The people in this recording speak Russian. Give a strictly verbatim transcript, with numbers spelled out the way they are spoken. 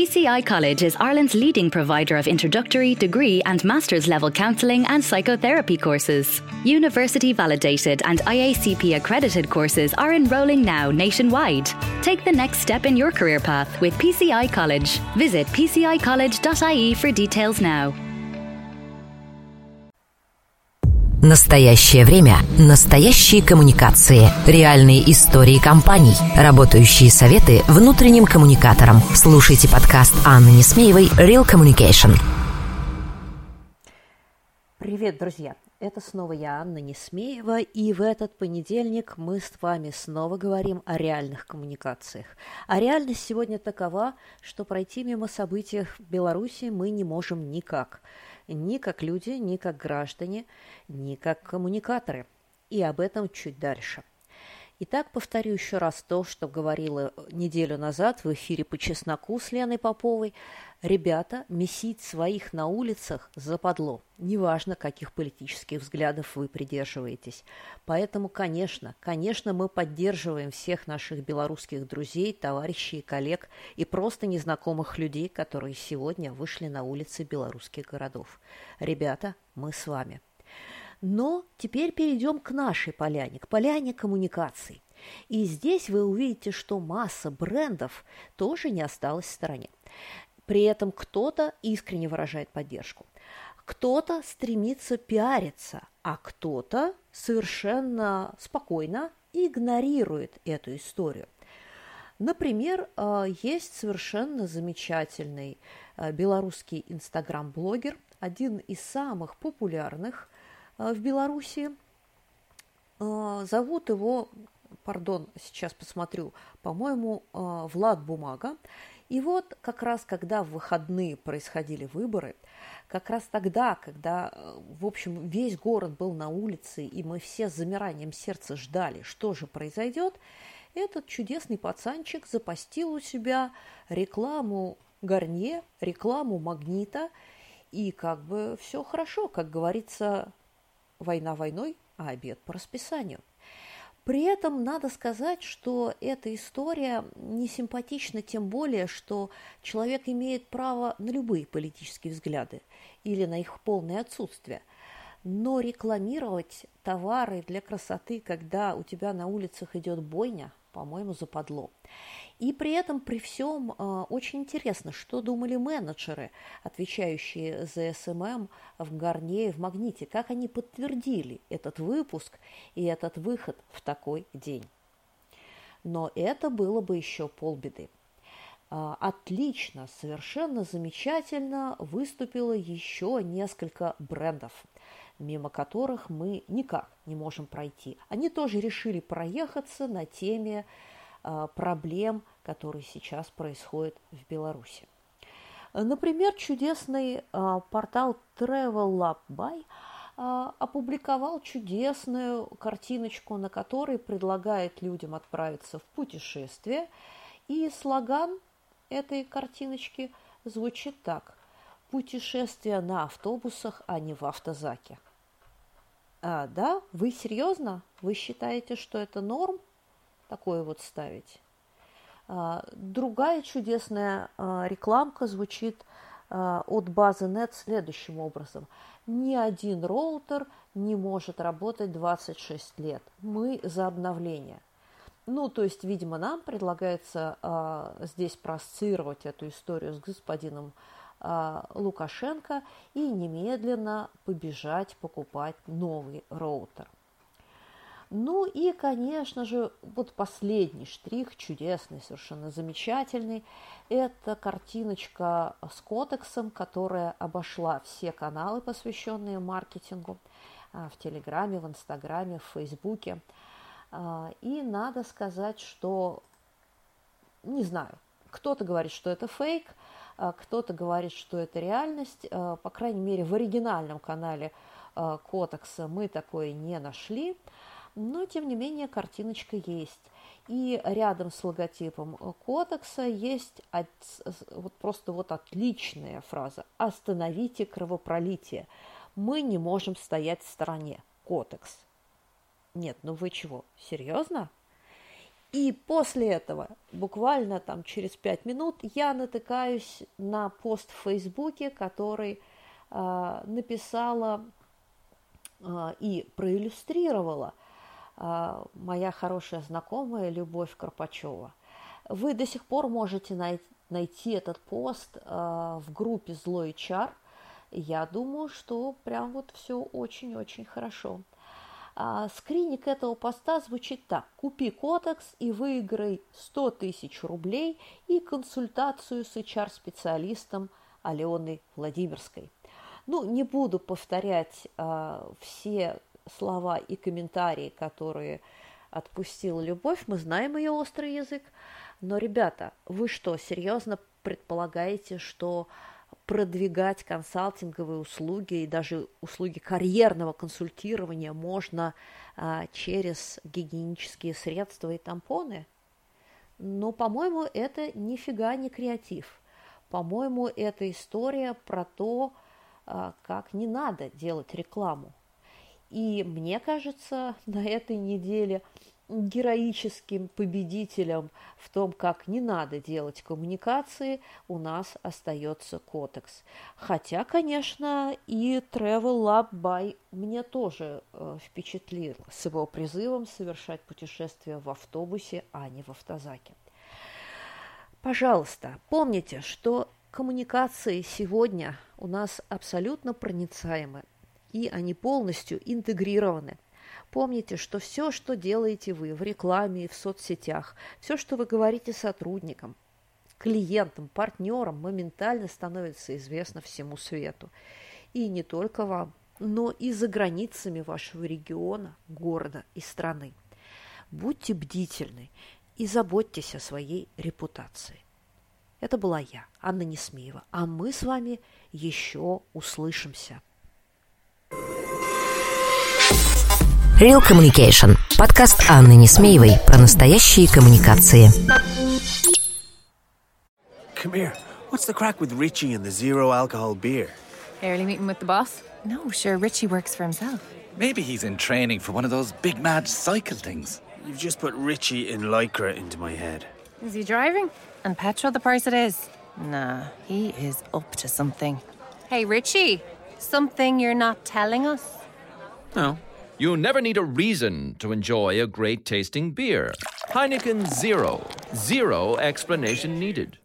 P C I College is Ireland's leading provider of introductory, degree and master's level counselling and psychotherapy courses. University validated and I A C P accredited courses are enrolling now nationwide. Take the next step in your career path with P C I College. Visit p c i college dot i e for details now. Настоящее время. Настоящие коммуникации. Реальные истории компаний. Работающие советы внутренним коммуникаторам. Слушайте подкаст Анны Несмеевой «Real Communication». Привет, друзья! Это снова я, Анна Несмеева, и в этот понедельник мы с вами снова говорим о реальных коммуникациях. А реальность сегодня такова, что пройти мимо событий в Беларуси мы не можем никак. Ни как люди, ни как граждане, ни как коммуникаторы. И об этом чуть дальше. Итак, повторю еще раз то, что говорила неделю назад в эфире «По чесноку» с Леной Поповой. Ребята, месить своих на улицах западло. Неважно, каких политических взглядов вы придерживаетесь. Поэтому, конечно, конечно, мы поддерживаем всех наших белорусских друзей, товарищей и коллег и просто незнакомых людей, которые сегодня вышли на улицы белорусских городов. Ребята, мы с вами. Но теперь перейдем к нашей поляне, к поляне коммуникаций. И здесь вы увидите, что масса брендов тоже не осталась в стороне. При этом кто-то искренне выражает поддержку, кто-то стремится пиариться, а кто-то совершенно спокойно игнорирует эту историю. Например, есть совершенно замечательный белорусский инстаграм-блогер, один из самых популярных в Беларуси. Зовут его, пардон, сейчас посмотрю, по-моему, Влад Бумага. И вот как раз, когда в выходные происходили выборы, как раз тогда, когда, в общем, весь город был на улице, и мы все с замиранием сердца ждали, что же произойдет, этот чудесный пацанчик запостил у себя рекламу Гарнье, рекламу Магнита, и как бы все хорошо, как говорится, война войной, а обед по расписанию. При этом надо сказать, что эта история не симпатична, тем более, что человек имеет право на любые политические взгляды или на их полное отсутствие. Но рекламировать товары для красоты, когда у тебя на улицах идет бойня, по-моему, западло. И при этом, при всем, очень интересно, что думали менеджеры, отвечающие за эс эм эм в Гарнье и в Магните, как они подтвердили этот выпуск и этот выход в такой день. Но это было бы еще полбеды. Отлично, совершенно замечательно выступило еще несколько брендов, мимо которых мы никак не можем пройти. Они тоже решили проехаться на теме проблем, которые сейчас происходят в Беларуси. Например, чудесный портал Travel Lab By опубликовал чудесную картиночку, на которой предлагает людям отправиться в путешествие. И слоган этой картиночки звучит так: «Путешествие на автобусах, а не в автозаке». А, да? Вы серьезно? Вы считаете, что это норм? Такое вот ставить. А, другая чудесная а, рекламка звучит а, от базы нет следующим образом. Ни один роутер не может работать двадцать шесть лет. Мы за обновление. Ну, то есть, видимо, нам предлагается а, здесь проассоциировать эту историю с господином а, Лукашенко и немедленно побежать покупать новый роутер. Ну и, конечно же, вот последний штрих, чудесный, совершенно замечательный, это картиночка с кодексом, которая обошла все каналы, посвященные маркетингу, в Телеграме, в Инстаграме, в Фейсбуке. И надо сказать, что, не знаю, кто-то говорит, что это фейк, кто-то говорит, что это реальность. По крайней мере, в оригинальном канале кодекса мы такое не нашли. Но, тем не менее, картиночка есть. И рядом с логотипом кодекса есть от, вот просто вот отличная фраза: «Остановите кровопролитие. Мы не можем стоять в стороне. Кодекс». Нет, ну вы чего, серьезно? И после этого, буквально там через пять минут, я натыкаюсь на пост в Фейсбуке, который э, написала э, и проиллюстрировала э, моя хорошая знакомая Любовь Карпачева. Вы до сих пор можете най- найти этот пост э, в группе «Злой эйч ар». Я думаю, что прям вот все очень-очень хорошо. А, скрининг этого поста звучит так: купи Котекс и выиграй сто тысяч рублей и консультацию с эйч ар-специалистом Аленой Владимирской. Ну, не буду повторять а, все слова и комментарии, которые отпустила Любовь, мы знаем ее острый язык. Но, ребята, вы что, серьезно предполагаете, что продвигать консалтинговые услуги и даже услуги карьерного консультирования можно а, через гигиенические средства и тампоны? Ну, по-моему, это нифига не креатив. По-моему, это история про то, а, как не надо делать рекламу. И мне кажется, на этой неделе героическим победителем в том, как не надо делать коммуникации, у нас остается Котекс. Хотя, конечно, и Travel Lab by мне тоже э, впечатлил с его призывом совершать путешествия в автобусе, а не в автозаке. Пожалуйста, помните, что коммуникации сегодня у нас абсолютно проницаемы, и они полностью интегрированы. Помните, что все, что делаете вы в рекламе и в соцсетях, все, что вы говорите сотрудникам, клиентам, партнерам, моментально становится известно всему свету. И не только вам, но и за границами вашего региона, города и страны. Будьте бдительны и заботьтесь о своей репутации. Это была я, Анна Несмеева, а мы с вами еще услышимся. Real Communication. Подкаст Анны Несмеевой про настоящие коммуникации. Come here. What's the crack with Richie and the zero alcohol beer? Early meeting with the boss? No, sure, Richie works for himself. Maybe he's in training for one of those big mad cycle things. You've just put Richie in Lycra into my head. Is he driving? And petrol the price it is? Nah, he is up to something. Hey, Richie, something you're not telling us? No. You never need a reason to enjoy a great tasting beer. Heineken Zero. Zero explanation needed.